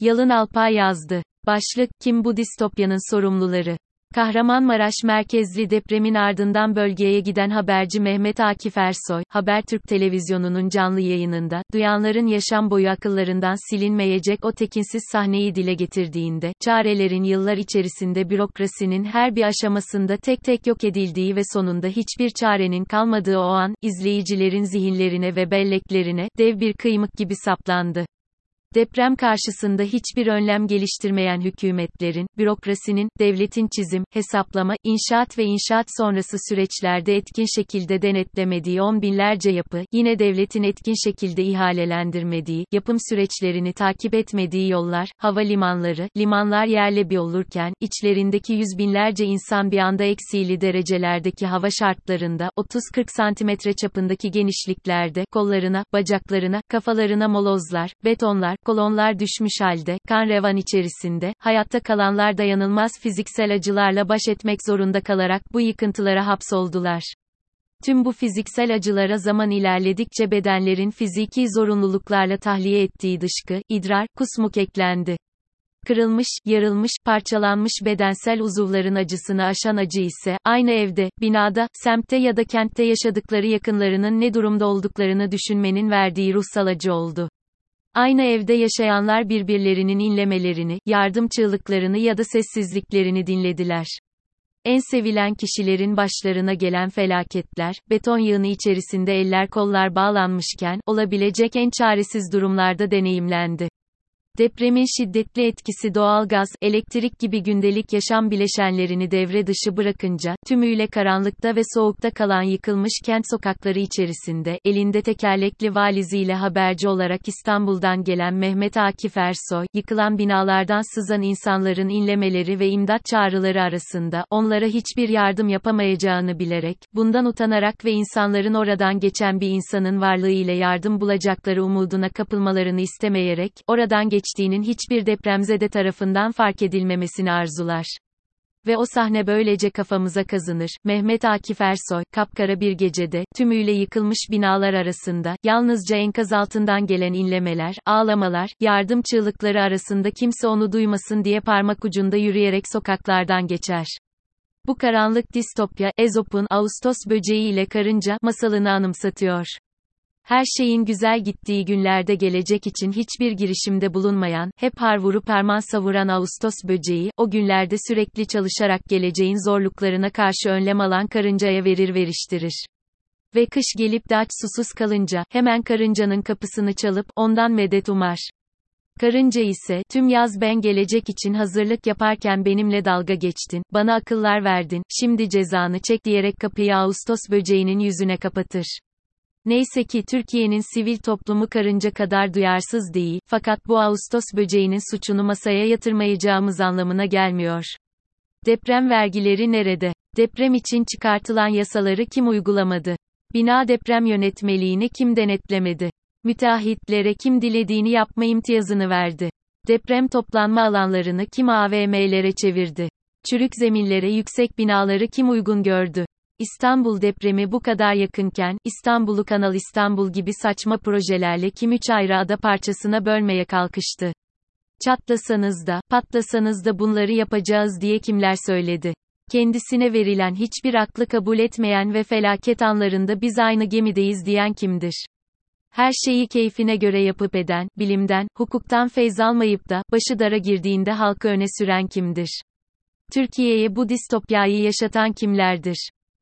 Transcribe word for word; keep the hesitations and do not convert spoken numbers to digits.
Yalın Alpay yazdı. Başlık, kim bu distopyanın sorumluları? Kahramanmaraş merkezli depremin ardından bölgeye giden haberci Mehmet Akif Ersoy, Habertürk Televizyonu'nun canlı yayınında, duyanların yaşam boyu akıllarından silinmeyecek o tekinsiz sahneyi dile getirdiğinde, çarelerin yıllar içerisinde bürokrasinin her bir aşamasında tek tek yok edildiği ve sonunda hiçbir çarenin kalmadığı o an, izleyicilerin zihinlerine ve belleklerine, dev bir kıymık gibi saplandı. Deprem karşısında hiçbir önlem geliştirmeyen hükümetlerin, bürokrasinin, devletin çizim, hesaplama, inşaat ve inşaat sonrası süreçlerde etkin şekilde denetlemediği on binlerce yapı, yine devletin etkin şekilde ihalelendirmediği, yapım süreçlerini takip etmediği yollar, havalimanları, limanlar yerle bir olurken, içlerindeki yüz binlerce insan bir anda eksiğli derecelerdeki hava şartlarında, otuz kırk santimetre çapındaki genişliklerde, kollarına, bacaklarına, kafalarına molozlar, betonlar, kolonlar düşmüş halde, kan revan içerisinde, hayatta kalanlar dayanılmaz fiziksel acılarla baş etmek zorunda kalarak bu yıkıntılara hapsoldular. Tüm bu fiziksel acılara zaman ilerledikçe bedenlerin fiziki zorunluluklarla tahliye ettiği dışkı, idrar, kusmuk eklendi. Kırılmış, yarılmış, parçalanmış bedensel uzuvların acısını aşan acı ise, aynı evde, binada, semtte ya da kentte yaşadıkları yakınlarının ne durumda olduklarını düşünmenin verdiği ruhsal acı oldu. Aynı evde yaşayanlar birbirlerinin inlemelerini, yardım çığlıklarını ya da sessizliklerini dinlediler. En sevilen kişilerin başlarına gelen felaketler, beton yığını içerisinde eller kollar bağlanmışken, olabilecek en çaresiz durumlarda deneyimlendi. Depremin şiddetli etkisi doğalgaz, elektrik gibi gündelik yaşam bileşenlerini devre dışı bırakınca, tümüyle karanlıkta ve soğukta kalan yıkılmış kent sokakları içerisinde, elinde tekerlekli valiziyle haberci olarak İstanbul'dan gelen Mehmet Akif Ersoy, yıkılan binalardan sızan insanların inlemeleri ve imdat çağrıları arasında, onlara hiçbir yardım yapamayacağını bilerek, bundan utanarak ve insanların oradan geçen bir insanın varlığı ile yardım bulacakları umuduna kapılmalarını istemeyerek, oradan geç geçtiğinin hiçbir depremzede tarafından fark edilmemesini arzular. Ve o sahne böylece kafamıza kazınır. Mehmet Akif Ersoy, kapkara bir gecede, tümüyle yıkılmış binalar arasında, yalnızca enkaz altından gelen inlemeler, ağlamalar, yardım çığlıkları arasında kimse onu duymasın diye parmak ucunda yürüyerek sokaklardan geçer. Bu karanlık distopya, Ezop'un Ağustos böceği ile karınca masalını anımsatıyor. Her şeyin güzel gittiği günlerde gelecek için hiçbir girişimde bulunmayan, hep har vurup harman savuran Ağustos böceği, o günlerde sürekli çalışarak geleceğin zorluklarına karşı önlem alan karıncaya verir veriştirir. Ve kış gelip de aç susuz kalınca, hemen karıncanın kapısını çalıp, ondan medet umar. Karınca ise, tüm yaz ben gelecek için hazırlık yaparken benimle dalga geçtin, bana akıllar verdin, şimdi cezanı çek diyerek kapıyı Ağustos böceğinin yüzüne kapatır. Neyse ki Türkiye'nin sivil toplumu karınca kadar duyarsız değil, fakat bu Ağustos böceğinin suçunu masaya yatırmayacağımız anlamına gelmiyor. Deprem vergileri nerede? Deprem için çıkartılan yasaları kim uygulamadı? Bina deprem yönetmeliğini kim denetlemedi? Müteahhitlere kim dilediğini yapma imtiyazını verdi? Deprem toplanma alanlarını kim A V M'lere çevirdi? Çürük zeminlere yüksek binaları kim uygun gördü? İstanbul depremi bu kadar yakınken, İstanbul'u Kanal İstanbul gibi saçma projelerle kim üç ayrı ada parçasına bölmeye kalkıştı? Çatlasanız da, patlasanız da bunları yapacağız diye kimler söyledi? Kendisine verilen hiçbir aklı kabul etmeyen ve felaket anlarında biz aynı gemideyiz diyen kimdir? Her şeyi keyfine göre yapıp eden, bilimden, hukuktan feyz almayıp da, başı dara girdiğinde halkı öne süren kimdir? Türkiye'ye bu distopyayı yaşatan kimlerdir?